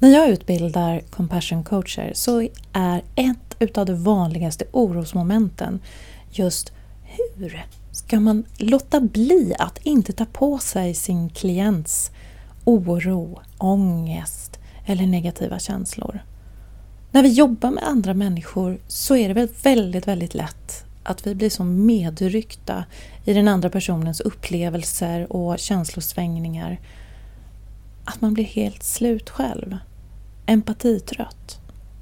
När jag utbildar compassion coacher så är ett utav de vanligaste orosmomenten just hur ska man låta bli att inte ta på sig sin klients oro, ångest eller negativa känslor. När vi jobbar med andra människor så är det väl väldigt, väldigt lätt att vi blir så medryckta i den andra personens upplevelser och känslosvängningar att man blir helt slut själv. Empatitrött.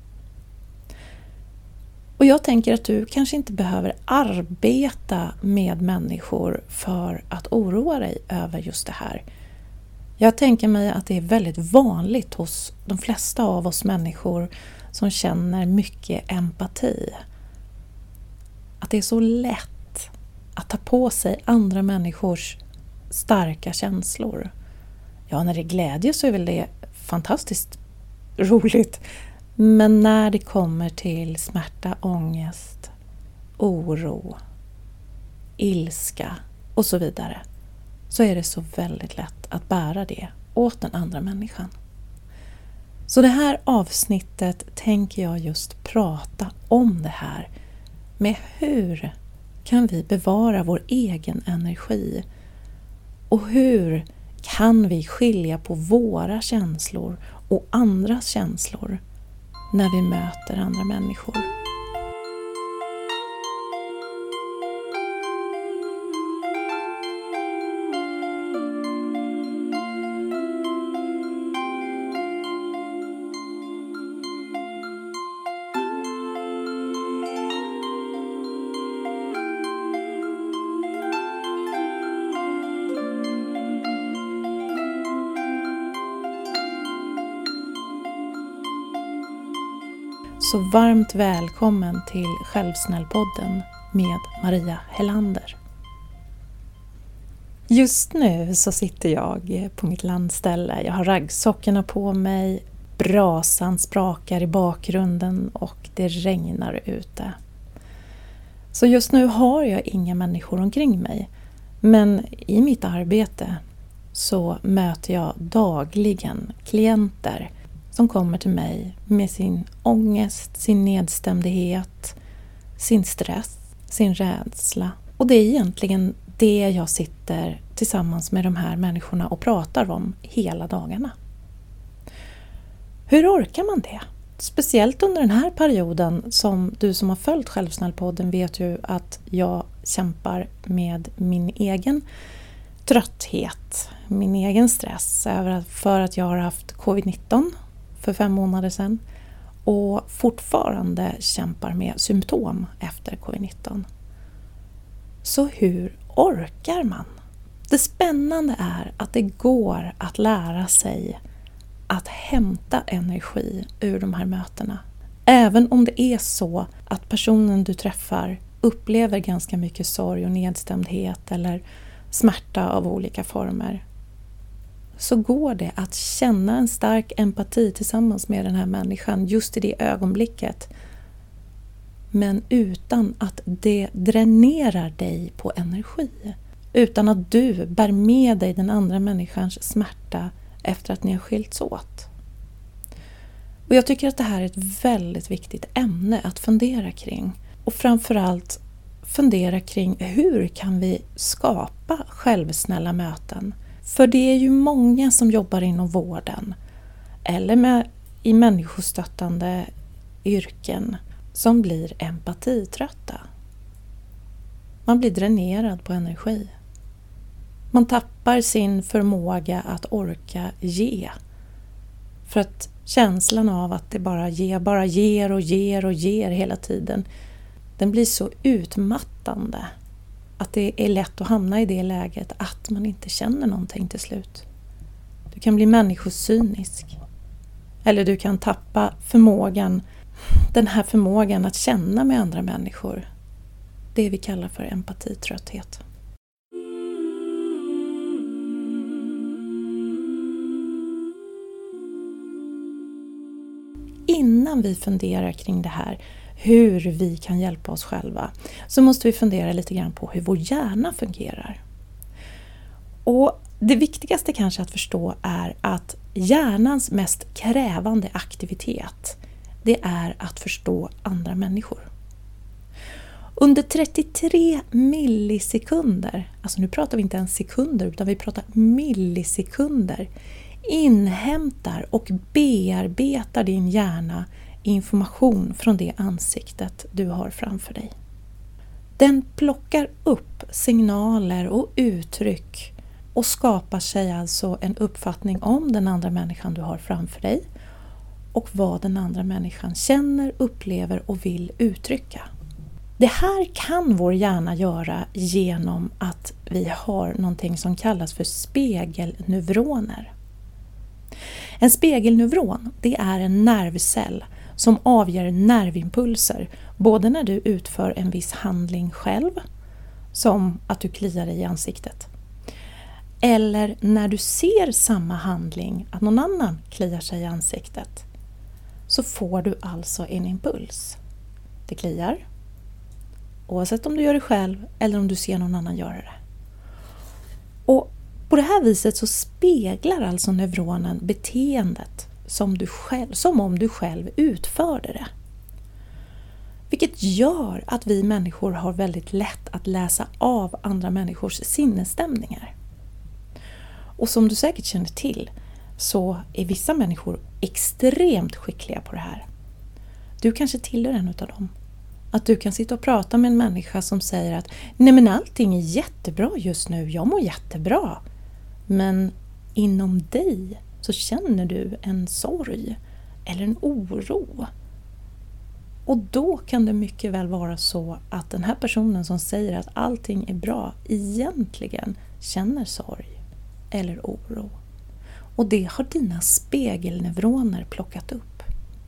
Och jag tänker att du kanske inte behöver arbeta med människor för att oroa dig över just det här. Jag tänker mig att det är väldigt vanligt hos de flesta av oss människor som känner mycket empati. Att det är så lätt att ta på sig andra människors starka känslor. Ja, när det är glädje så är väl det fantastiskt roligt. Men när det kommer till smärta, ångest, oro, ilska och så vidare så är det så väldigt lätt att bära det åt den andra människan. Så det här avsnittet tänker jag just prata om det här med hur kan vi bevara vår egen energi och hur kan vi skilja på våra känslor och andras känslor när vi möter andra människor. Så varmt välkommen till Självsnällpodden med Maria Helander. Just nu så sitter jag på mitt landställe. Jag har raggsockorna på mig, brasan sprakar i bakgrunden och det regnar ute. Så just nu har jag inga människor omkring mig. Men i mitt arbete så möter jag dagligen klienter som kommer till mig med sin ångest, sin nedstämdhet, sin stress, sin rädsla. Och det är egentligen det jag sitter tillsammans med de här människorna och pratar om hela dagarna. Hur orkar man det? Speciellt under den här perioden som du som har följt Självsnällpodden vet ju att jag kämpar med min egen trötthet, min egen stress för att jag har haft covid-19 för 5 månader sedan och fortfarande kämpar med symptom efter covid-19. Så hur orkar man? Det spännande är att det går att lära sig att hämta energi ur de här mötena. Även om det är så att personen du träffar upplever ganska mycket sorg och nedstämdhet eller smärta av olika former, så går det att känna en stark empati tillsammans med den här människan just i det ögonblicket. Men utan att det dränerar dig på energi. Utan att du bär med dig den andra människans smärta efter att ni har skilts åt. Och jag tycker att det här är ett väldigt viktigt ämne att fundera kring. Och framförallt fundera kring hur kan vi skapa självsnälla möten. För det är ju många som jobbar inom vården eller i människostöttande yrken som blir empatitrötta. Man blir dränerad på energi. Man tappar sin förmåga att orka ge. För att känslan av att det bara ger och ger hela tiden, den blir så utmattande. Att det är lätt att hamna i det läget att man inte känner någonting till slut. Du kan bli människosynisk. Eller du kan tappa den här förmågan att känna med andra människor. Det vi kallar för empatitrötthet. Innan vi funderar kring det här, hur vi kan hjälpa oss själva, så måste vi fundera lite grann på hur vår hjärna fungerar. Och det viktigaste kanske att förstå är att hjärnans mest krävande aktivitet, det är att förstå andra människor. Under 33 millisekunder, alltså nu pratar vi inte ens sekunder utan vi pratar millisekunder, inhämtar och bearbetar din hjärna information från det ansiktet du har framför dig. Den plockar upp signaler och uttryck och skapar sig alltså en uppfattning om den andra människan du har framför dig och vad den andra människan känner, upplever och vill uttrycka. Det här kan vår hjärna göra genom att vi har någonting som kallas för spegelneuroner. En spegelneuron, det är en nervcell som avger nervimpulser både när du utför en viss handling själv, som att du kliar dig i ansiktet, eller när du ser samma handling, att någon annan kliar sig i ansiktet, så får du alltså en impuls. Det kliar, oavsett om du gör det själv eller om du ser någon annan göra det. Och på det här viset så speglar alltså neuronen beteendet som om du själv utförde det. Vilket gör att vi människor har väldigt lätt att läsa av andra människors sinnesstämningar. Och som du säkert känner till så är vissa människor extremt skickliga på det här. Du kanske tillhör en utav dem. Att du kan sitta och prata med en människa som säger att nej men allting är jättebra just nu, jag mår jättebra. Men inom dig så känner du en sorg eller en oro. Och då kan det mycket väl vara så att den här personen som säger att allting är bra egentligen känner sorg eller oro. Och det har dina spegelneuroner plockat upp.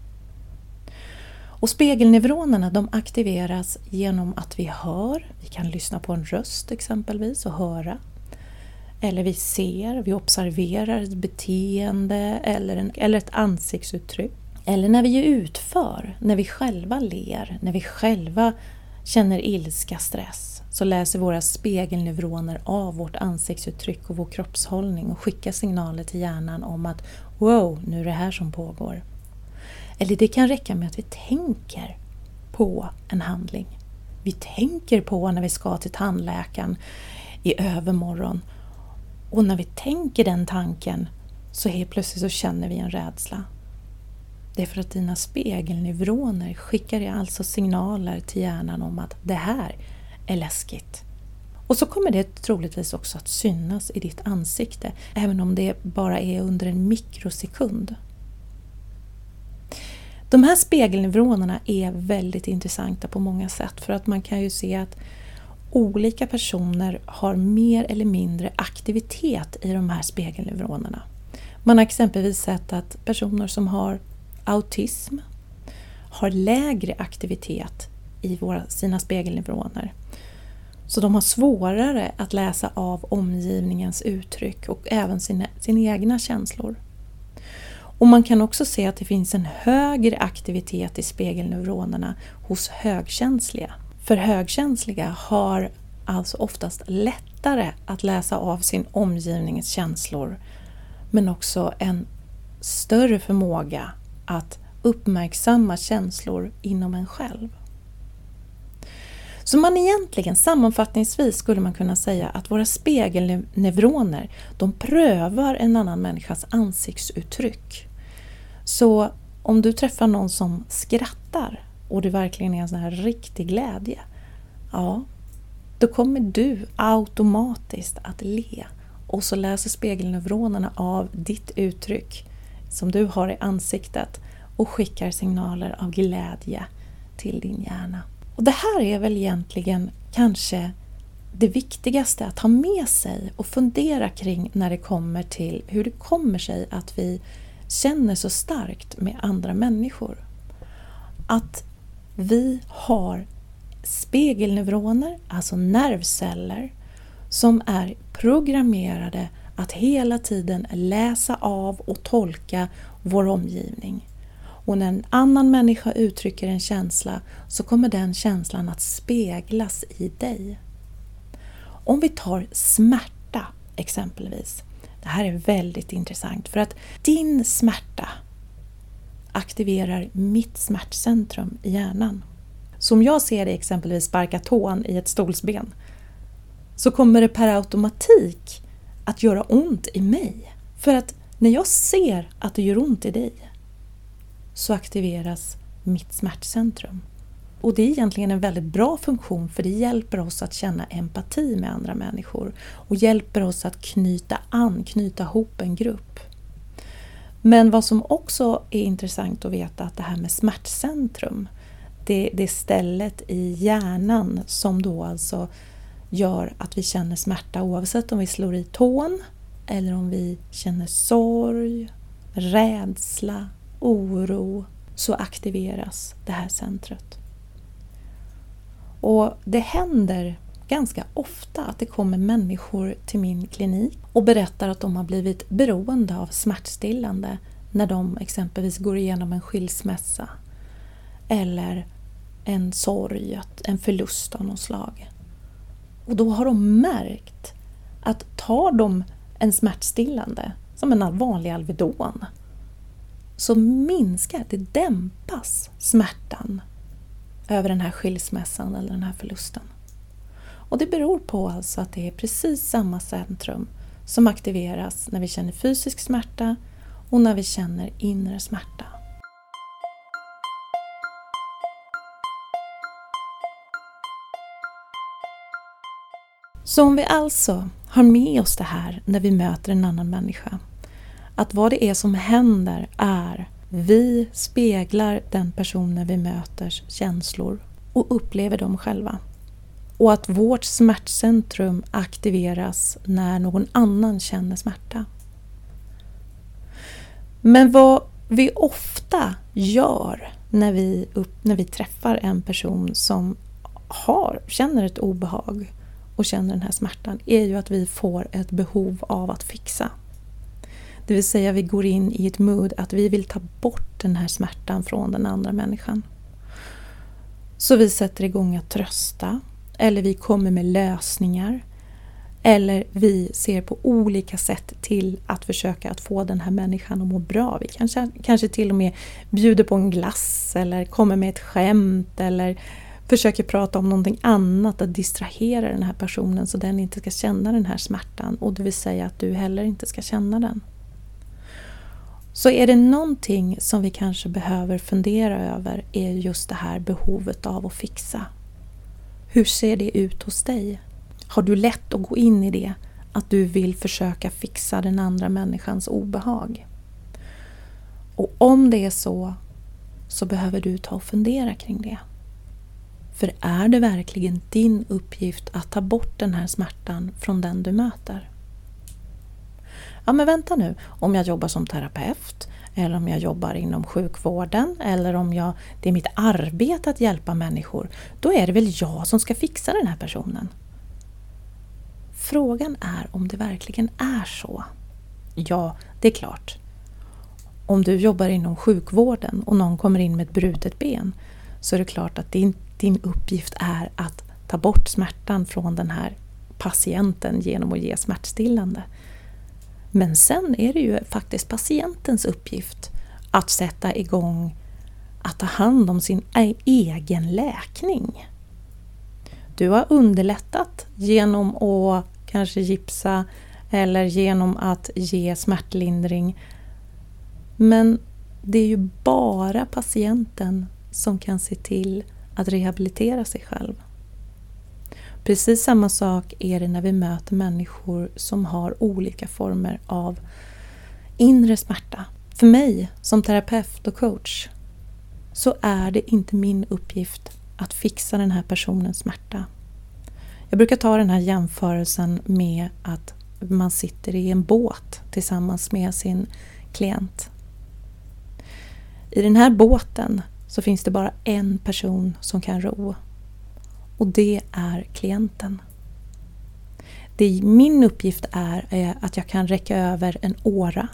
Och spegelneuronerna, de aktiveras genom att vi hör. Vi kan lyssna på en röst exempelvis och höra. Eller vi ser, vi observerar ett beteende eller ett ansiktsuttryck. Eller när vi utför, när vi själva ler, när vi själva känner ilska, stress, så läser våra spegelneuroner av vårt ansiktsuttryck och vår kroppshållning och skickar signaler till hjärnan om att wow, nu är det här som pågår. Eller det kan räcka med att vi tänker på en handling. Vi tänker på när vi ska till tandläkaren i övermorgon. Och när vi tänker den tanken så helt plötsligt så känner vi en rädsla. Det är för att dina spegelneuroner skickar alltså signaler till hjärnan om att det här är läskigt. Och så kommer det troligtvis också att synas i ditt ansikte, även om det bara är under en mikrosekund. De här spegelneuronerna är väldigt intressanta på många sätt, för att man kan ju se att olika personer har mer eller mindre aktivitet i de här spegelneuronerna. Man har exempelvis sett att personer som har autism har lägre aktivitet i sina spegelneuroner. Så de har svårare att läsa av omgivningens uttryck och även sina egna känslor. Och man kan också se att det finns en högre aktivitet i spegelneuronerna hos högkänsliga. För högkänsliga har alltså oftast lättare att läsa av sin omgivningens känslor, men också en större förmåga att uppmärksamma känslor inom en själv. Så man egentligen, sammanfattningsvis skulle man kunna säga att våra spegelneuroner, de prövar en annan människas ansiktsuttryck. Så om du träffar någon som skrattar och det verkligen är en sån här riktig glädje, ja, då kommer du automatiskt att le. Och så läser spegelneuronerna av ditt uttryck som du har i ansiktet och skickar signaler av glädje till din hjärna. Och det här är väl egentligen kanske det viktigaste att ha med sig och fundera kring när det kommer till hur det kommer sig att vi känner så starkt med andra människor. Att vi har spegelneuroner, alltså nervceller, som är programmerade att hela tiden läsa av och tolka vår omgivning. Och när en annan människa uttrycker en känsla så kommer den känslan att speglas i dig. Om vi tar smärta exempelvis. Det här är väldigt intressant för att din smärta aktiverar mitt smärtcentrum i hjärnan. Så om jag ser dig exempelvis sparka tån i ett stolsben så kommer det per automatik att göra ont i mig. För att när jag ser att det gör ont i dig så aktiveras mitt smärtcentrum. Och det är egentligen en väldigt bra funktion för det hjälper oss att känna empati med andra människor och hjälper oss att knyta ihop en grupp. Men vad som också är intressant att veta att det här med smärtcentrum, det är stället i hjärnan som då alltså gör att vi känner smärta oavsett om vi slår i tån eller om vi känner sorg, rädsla, oro, så aktiveras det här centret. Och det händer ganska ofta att det kommer människor till min klinik och berättar att de har blivit beroende av smärtstillande när de exempelvis går igenom en skilsmässa eller en sorg, en förlust av något slag. Och då har de märkt att tar de en smärtstillande som en vanlig Alvedon så dämpas smärtan över den här skilsmässan eller den här förlusten. Och det beror på alltså att det är precis samma centrum som aktiveras när vi känner fysisk smärta och när vi känner inre smärta. Så om vi alltså har med oss det här när vi möter en annan människa, att vad det är som händer är vi speglar den personen vi möters känslor och upplever dem själva. Och att vårt smärtcentrum aktiveras när någon annan känner smärta. Men vad vi ofta gör när vi träffar en person som känner ett obehag och känner den här smärtan är ju att vi får ett behov av att fixa. Det vill säga vi går in i ett mood att vi vill ta bort den här smärtan från den andra människan. Så vi sätter igång att trösta eller vi kommer med lösningar eller vi ser på olika sätt till att försöka att få den här människan att må bra. Vi kanske till och med bjuder på en glass eller kommer med ett skämt eller försöker prata om någonting annat att distrahera den här personen så den inte ska känna den här smärtan och det vill säga att du heller inte ska känna den. Så är det någonting som vi kanske behöver fundera över är just det här behovet av att fixa. Hur ser det ut hos dig? Har du lätt att gå in i det? Att du vill försöka fixa den andra människans obehag? Och om det är så behöver du ta och fundera kring det. För är det verkligen din uppgift att ta bort den här smärtan från den du möter? Ja men vänta nu, om jag jobbar som terapeut eller om jag jobbar inom sjukvården eller om det är mitt arbete att hjälpa människor, då är det väl jag som ska fixa den här personen. Frågan är om det verkligen är så. Ja, det är klart. Om du jobbar inom sjukvården och någon kommer in med ett brutet ben så är det klart att din uppgift är att ta bort smärtan från den här patienten genom att ge smärtstillande. Men sen är det ju faktiskt patientens uppgift att sätta igång att ta hand om sin egen läkning. Du har underlättat genom att kanske gipsa eller genom att ge smärtlindring. Men det är ju bara patienten som kan se till att rehabilitera sig själv. Precis samma sak är det när vi möter människor som har olika former av inre smärta. För mig som terapeut och coach så är det inte min uppgift att fixa den här personens smärta. Jag brukar ta den här jämförelsen med att man sitter i en båt tillsammans med sin klient. I den här båten så finns det bara en person som kan ro. Och det är klienten. Min uppgift är att jag kan räcka över en åra.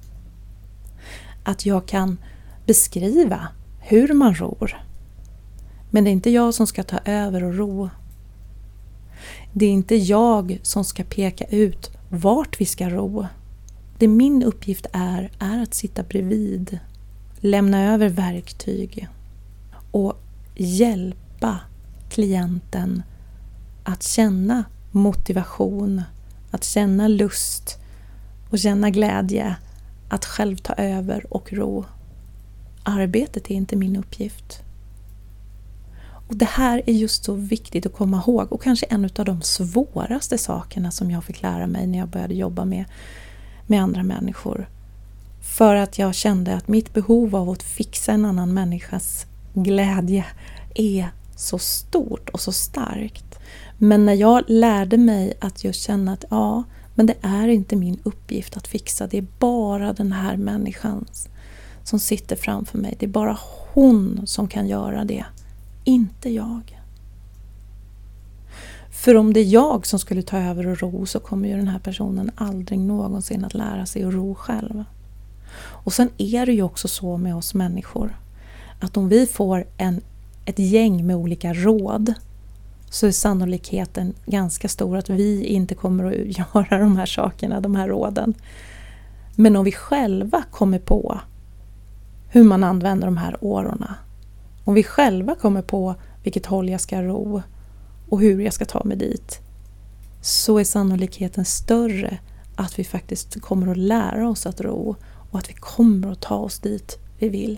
Att jag kan beskriva hur man ror. Men det är inte jag som ska ta över och ro. Det är inte jag som ska peka ut vart vi ska ro. Det min uppgift är att sitta bredvid, lämna över verktyg och hjälpa klienten att känna motivation, att känna lust och känna glädje, att själv ta över och ro. Arbetet är inte min uppgift. Och det här är just så viktigt att komma ihåg, och kanske en av de svåraste sakerna som jag fick lära mig när jag började jobba med andra människor. För att jag kände att mitt behov av att fixa en annan människas glädje är så stort och så starkt. Men när jag lärde mig att just känna att men det är inte min uppgift att fixa, det är bara den här människan som sitter framför mig. Det är bara hon som kan göra det, inte jag. För om det är jag som skulle ta över och ro, så kommer ju den här personen aldrig någonsin att lära sig att ro själv. Och sen är det ju också så med oss människor, att om vi får ett gäng med olika råd, så är sannolikheten ganska stor att vi inte kommer att göra de här sakerna, de här råden. Men om vi själva kommer på hur man använder de här årorna, om vi själva kommer på vilket håll jag ska ro och hur jag ska ta mig dit, så är sannolikheten större att vi faktiskt kommer att lära oss att ro och att vi kommer att ta oss dit vi vill.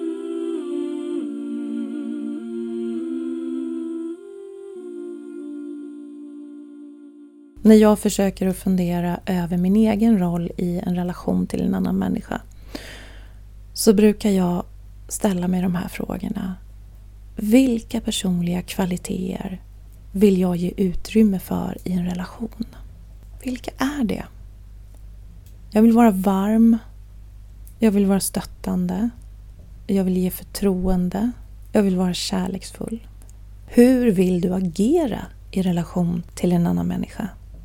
När jag försöker att fundera över min egen roll i en relation till en annan människa, så brukar jag ställa mig de här frågorna. Vilka personliga kvaliteter vill jag ge utrymme för i en relation? Vilka är det? Jag vill vara varm. Jag vill vara stöttande. Jag vill ge förtroende. Jag vill vara kärleksfull. Hur vill du agera i relation till en annan människa?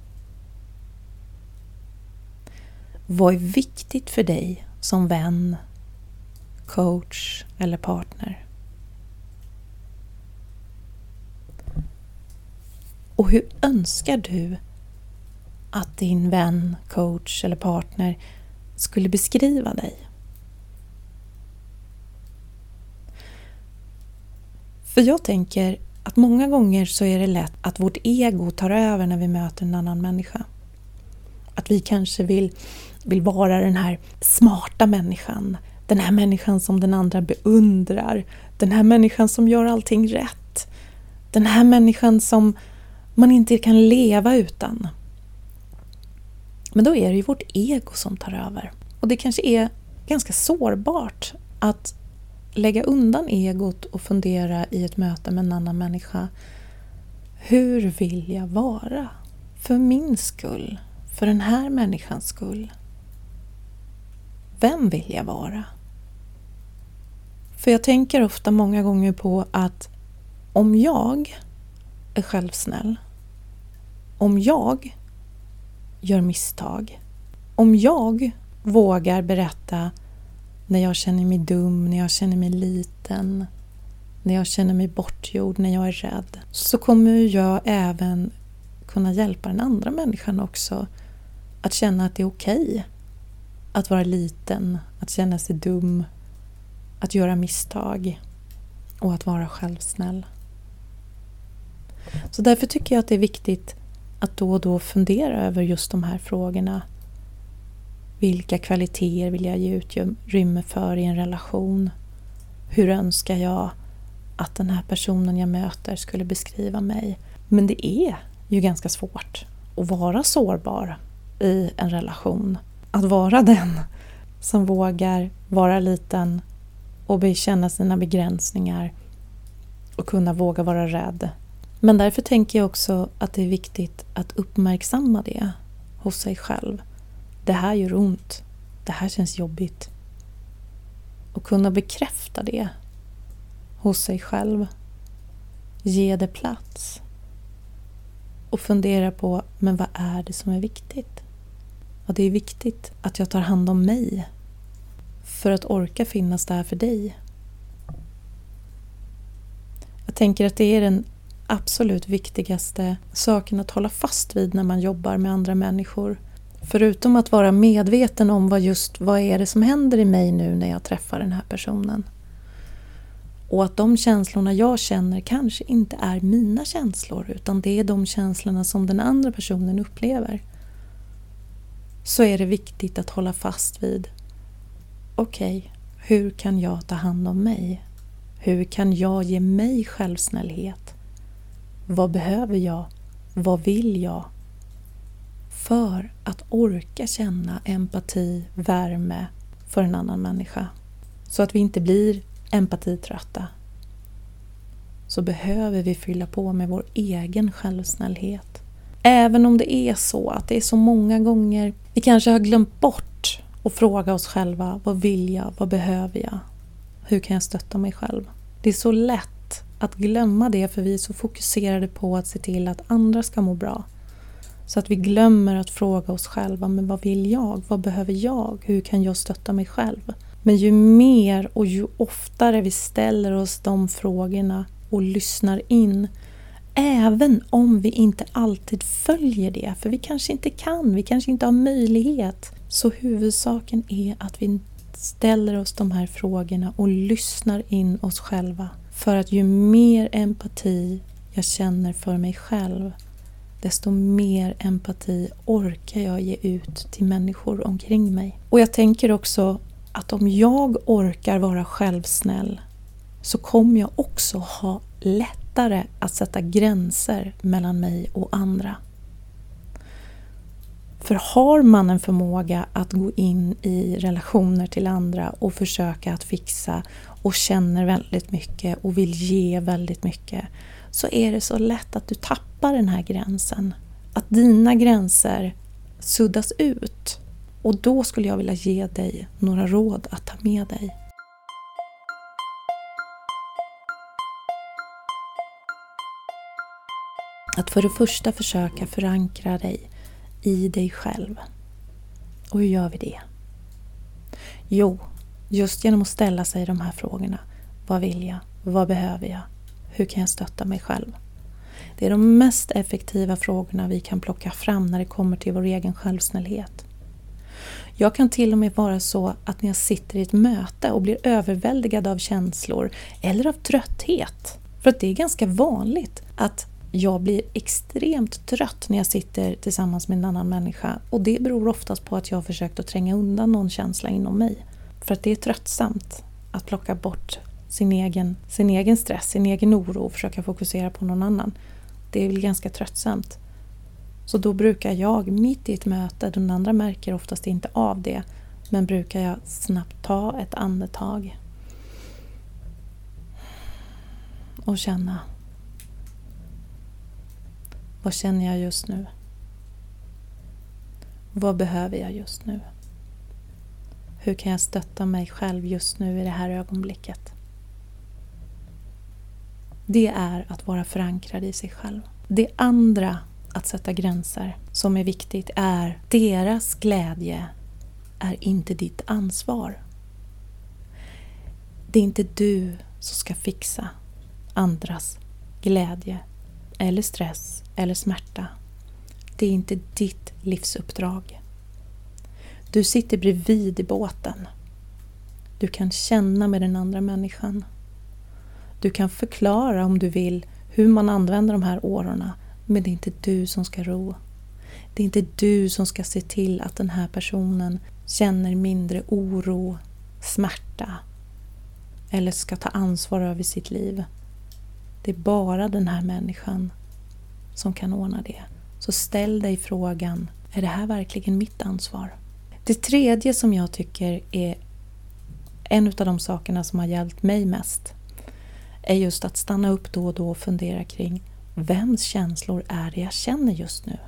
Vad är viktigt för dig som vän, coach eller partner? Och hur önskar du att din vän, coach eller partner skulle beskriva dig? För jag tänker att många gånger så är det lätt att vårt ego tar över när vi möter en annan människa. Att vi kanske vill vara den här smarta människan. Den här människan som den andra beundrar. Den här människan som gör allting rätt. Den här människan som man inte kan leva utan. Men då är det ju vårt ego som tar över. Och det kanske är ganska sårbart att lägga undan egot och fundera i ett möte med en annan människa. Hur vill jag vara? För min skull. För den här människans skull. Vem vill jag vara? För jag tänker ofta många gånger på att om jag är självsnäll, om jag gör misstag, om jag vågar berätta när jag känner mig dum, när jag känner mig liten, när jag känner mig bortgjord, när jag är rädd, så kommer jag även kunna hjälpa den andra människan också att känna att det är okej att vara liten, att känna sig dum, att göra misstag och att vara självsnäll. Så därför tycker jag att det är viktigt att då och då fundera över just de här frågorna. Vilka kvaliteter vill jag ge utrymme för i en relation? Hur önskar jag att den här personen jag möter skulle beskriva mig? Men det är ju ganska svårt att vara sårbar i en relation. Att vara den som vågar vara liten och bekänna sina begränsningar och kunna våga vara rädd. Men därför tänker jag också att det är viktigt att uppmärksamma det hos sig själv. Det här gör ont. Det här känns jobbigt. Och kunna bekräfta det hos sig själv. Ge det plats. Och fundera på, men vad är det som är viktigt? Och det är viktigt att jag tar hand om mig för att orka finnas där för dig. Jag tänker att det är den absolut viktigaste saken att hålla fast vid när man jobbar med andra människor. Förutom att vara medveten om vad är det som händer i mig nu när jag träffar den här personen. Och att de känslorna jag känner kanske inte är mina känslor, utan det är de känslorna som den andra personen upplever. Så är det viktigt att hålla fast vid, okej, hur kan jag ta hand om mig? Hur kan jag ge mig självsnällhet? Vad behöver jag? Vad vill jag? För att orka känna empati, värme för en annan människa. Så att vi inte blir empatitrötta. Så behöver vi fylla på med vår egen självsnällhet. Även om det är så att det är så många gånger vi kanske har glömt bort att fråga oss själva, vad vill jag? Vad behöver jag? Hur kan jag stötta mig själv? Det är så lätt att glömma det, för vi är så fokuserade på att se till att andra ska må bra. Så att vi glömmer att fråga oss själva, men vad vill jag? Vad behöver jag? Hur kan jag stötta mig själv? Men ju mer och ju oftare vi ställer oss de frågorna och lyssnar in, även om vi inte alltid följer det, för vi kanske inte kan, vi kanske inte har möjlighet. Så huvudsaken är att vi ställer oss de här frågorna och lyssnar in oss själva. För att ju mer empati jag känner för mig själv, desto mer empati orkar jag ge ut till människor omkring mig. Och jag tänker också att om jag orkar vara självsnäll, så kommer jag också ha lättare att sätta gränser mellan mig och andra. För har man en förmåga att gå in i relationer till andra och försöka att fixa och känner väldigt mycket och vill ge väldigt mycket, så är det så lätt att du tappar den här gränsen. Att dina gränser suddas ut. Och då skulle jag vilja ge dig några råd att ta med dig. Att för det första försöka förankra dig i dig själv. Och hur gör vi det? Jo, just genom att ställa sig de här frågorna. Vad vill jag? Vad behöver jag? Hur kan jag stötta mig själv? Det är de mest effektiva frågorna vi kan plocka fram när det kommer till vår egen självsnällhet. Jag kan till och med vara så att när jag sitter i ett möte och blir överväldigad av känslor eller av trötthet. För att det är ganska vanligt att jag blir extremt trött när jag sitter tillsammans med en annan människa. Och det beror oftast på att jag har försökt att tränga undan någon känsla inom mig. För att det är tröttsamt att plocka bort sin egen stress, sin egen oro och försöka fokusera på någon annan. Det är väl ganska tröttsamt. Så då brukar jag mitt i ett möte, den andra märker oftast inte av det, men brukar jag snabbt ta ett andetag och känna. Vad känner jag just nu? Vad behöver jag just nu? Hur kan jag stötta mig själv just nu i det här ögonblicket? Det är att vara förankrad i sig själv. Det andra att sätta gränser som är viktigt är deras glädje är inte ditt ansvar. Det är inte du som ska fixa andras glädje eller stress eller smärta. Det är inte ditt livsuppdrag. Du sitter bredvid i båten. Du kan känna med den andra människan. Du kan förklara om du vill hur man använder de här årorna. Men det är inte du som ska ro. Det är inte du som ska se till att den här personen känner mindre oro, smärta eller ska ta ansvar över sitt liv. Det är bara den här människan som kan ordna det. Så ställ dig frågan, är det här verkligen mitt ansvar? Det tredje som jag tycker är en av de sakerna som har hjälpt mig mest är just att stanna upp då och då och fundera kring vems känslor är det jag känner just nu?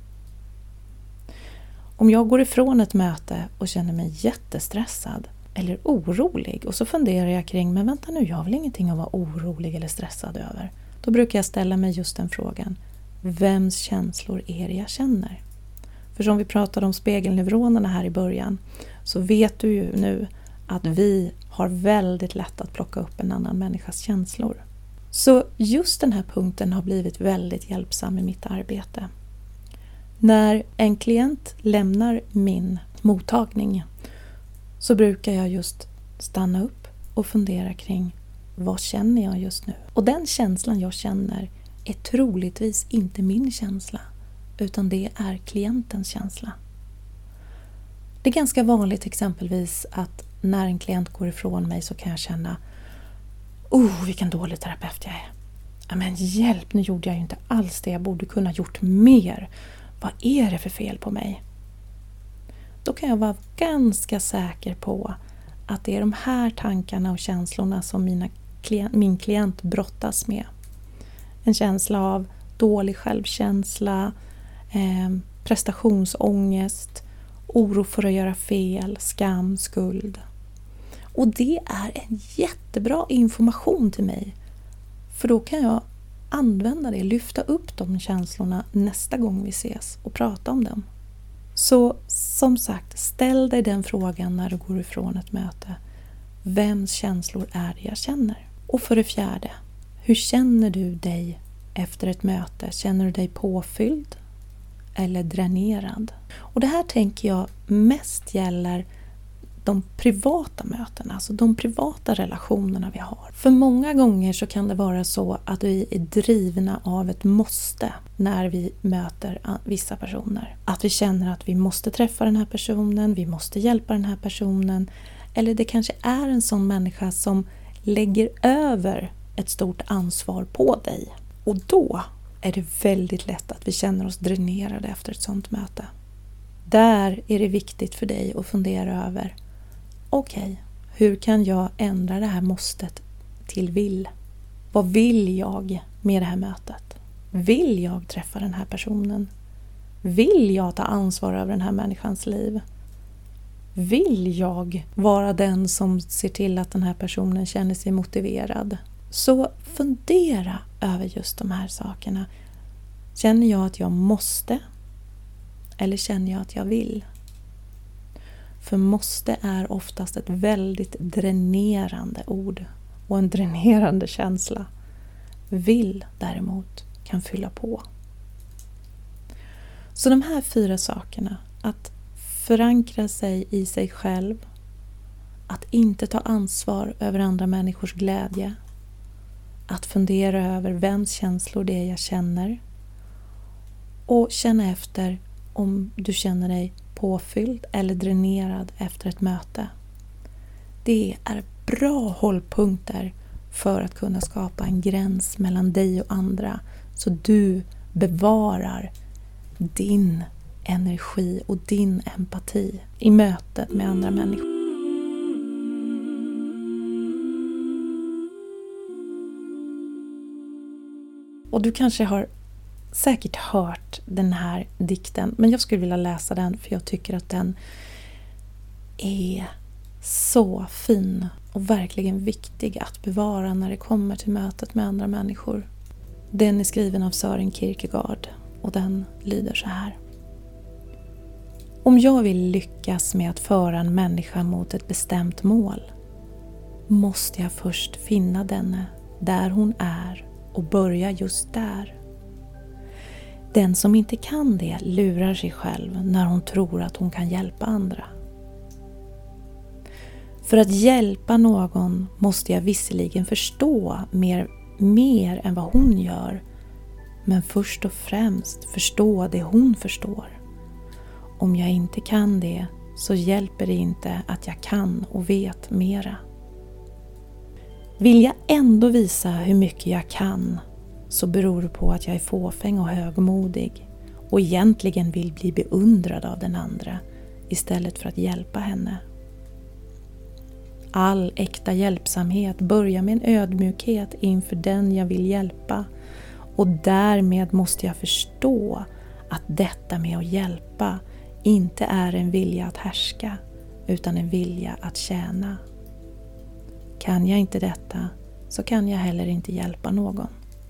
Om jag går ifrån ett möte och känner mig jättestressad eller orolig och så funderar jag kring, men vänta nu, jag har väl ingenting att vara orolig eller stressad över. Då brukar jag ställa mig just den frågan, vems känslor är det jag känner? För som vi pratade om spegelneuronerna här i början, så vet du ju nu att vi har väldigt lätt att plocka upp en annan människas känslor. Så just den här punkten har blivit väldigt hjälpsam i mitt arbete. När en klient lämnar min mottagning så brukar jag just stanna upp och fundera kring vad känner jag just nu? Och den känslan jag känner är troligtvis inte min känsla, utan det är klientens känsla. Det är ganska vanligt exempelvis att när en klient går ifrån mig så kan jag känna vilken dålig terapeut jag är. Ja, men hjälp, nu gjorde jag ju inte alls det. Jag borde kunna gjort mer. Vad är det för fel på mig? Då kan jag vara ganska säker på att det är de här tankarna och känslorna som min klient brottas med. En känsla av dålig självkänsla, prestationsångest, oro för att göra fel, skam, skuld. Och det är en jättebra information till mig. För då kan jag använda det, lyfta upp de känslorna nästa gång vi ses och prata om dem. Så som sagt, ställ dig den frågan när du går ifrån ett möte. Vems känslor är det jag känner? Och för det fjärde, hur känner du dig efter ett möte? Känner du dig påfylld eller dränerad? Och det här tänker jag mest gäller de privata mötena, alltså de privata relationerna vi har. För många gånger så kan det vara så att vi är drivna av ett måste när vi möter vissa personer. Att vi känner att vi måste träffa den här personen, vi måste hjälpa den här personen. Eller det kanske är en sån människa som lägger över ett stort ansvar på dig. Och då är det väldigt lätt att vi känner oss dränerade efter ett sånt möte. Där är det viktigt för dig att fundera över: okej, hur kan jag ändra det här måstet till vill? Vad vill jag med det här mötet? Vill jag träffa den här personen? Vill jag ta ansvar över den här människans liv? Vill jag vara den som ser till att den här personen känner sig motiverad? Så fundera över just de här sakerna. Känner jag att jag måste? Eller känner jag att jag vill? För måste är oftast ett väldigt dränerande ord och en dränerande känsla. Vill däremot kan fylla på. Så de här 4 sakerna, att förankra sig i sig själv, att inte ta ansvar över andra människors glädje, att fundera över vems känslor det är jag känner och känna efter om du känner dig påfylld eller dränerad efter ett möte. Det är bra hållpunkter för att kunna skapa en gräns mellan dig och andra, så du bevarar din energi och din empati i mötet med andra människor. Och du kanske har säkert hört den här dikten, men jag skulle vilja läsa den för jag tycker att den är så fin och verkligen viktig att bevara när det kommer till mötet med andra människor. Den är skriven av Søren Kierkegaard och den lyder så här: Om jag vill lyckas med att föra en människa mot ett bestämt mål måste jag först finna denne där hon är och börja just där. Den som inte kan det lurar sig själv när hon tror att hon kan hjälpa andra. För att hjälpa någon måste jag visserligen förstå mer än vad hon gör, men först och främst förstå det hon förstår. Om jag inte kan det så hjälper det inte att jag kan och vet mera. Vill jag ändå visa hur mycket jag kan så beror det på att jag är fåfäng och högmodig och egentligen vill bli beundrad av den andra istället för att hjälpa henne. All äkta hjälpsamhet börjar med en ödmjukhet inför den jag vill hjälpa, och därmed måste jag förstå att detta med att hjälpa inte är en vilja att härska utan en vilja att tjäna. Kan jag inte detta så kan jag heller inte hjälpa någon.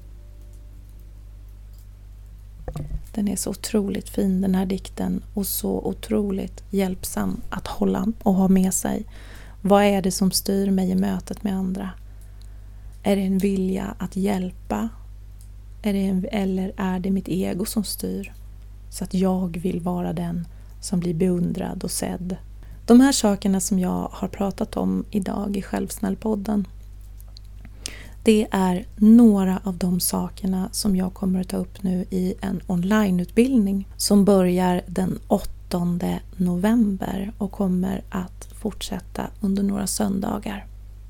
Den är så otroligt fin, den här dikten, och så otroligt hjälpsam att hålla och ha med sig. Vad är det som styr mig i mötet med andra? Är det en vilja att hjälpa? Eller är det mitt ego som styr? så att jag vill vara den som blir beundrad och sedd. De här sakerna som jag har pratat om idag i Självsnällpodden, det är några av de sakerna som jag kommer att ta upp nu i en onlineutbildning som börjar den 8 november och kommer att fortsätta under några söndagar.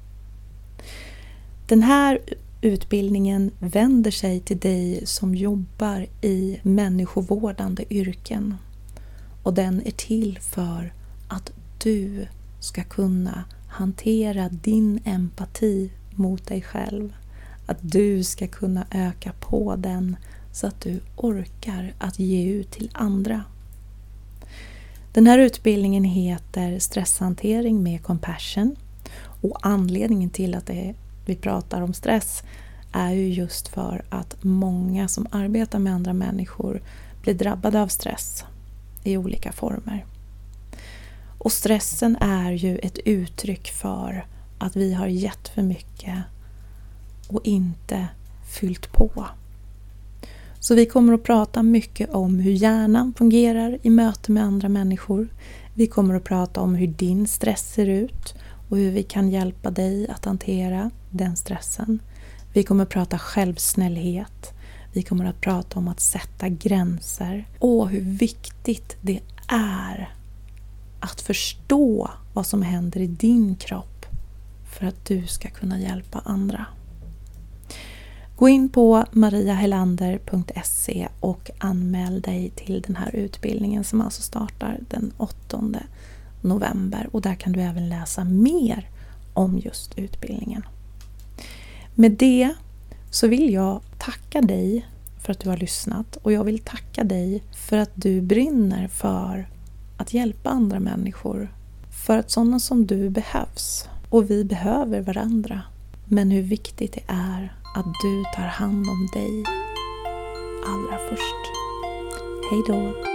Den här utbildningen vänder sig till dig som jobbar i människovårdande yrken. Och den är till för att du ska kunna hantera din empati mot dig själv. Att du ska kunna öka på den så att du orkar att ge ut till andra. Den här utbildningen heter Stresshantering med Compassion. Och anledningen till att vi pratar om stress är ju just för att många som arbetar med andra människor blir drabbade av stress i olika former. Och stressen är ju ett uttryck för att vi har gett för mycket och inte fyllt på. Så vi kommer att prata mycket om hur hjärnan fungerar i möte med andra människor. Vi kommer att prata om hur din stress ser ut och hur vi kan hjälpa dig att hantera den stressen. Vi kommer att prata självsnällhet. Vi kommer att prata om att sätta gränser och hur viktigt det är att förstå vad som händer i din kropp för att du ska kunna hjälpa andra. Gå in på mariahelander.se och anmäl dig till den här utbildningen som alltså startar den 8 november. Och där kan du även läsa mer om just utbildningen. Med det så vill jag tacka dig för att du har lyssnat. Och jag vill tacka dig för att du brinner för att hjälpa andra människor. För att sådana som du behövs. Och vi behöver varandra. Men hur viktigt det är att du tar hand om dig allra först. Hej då!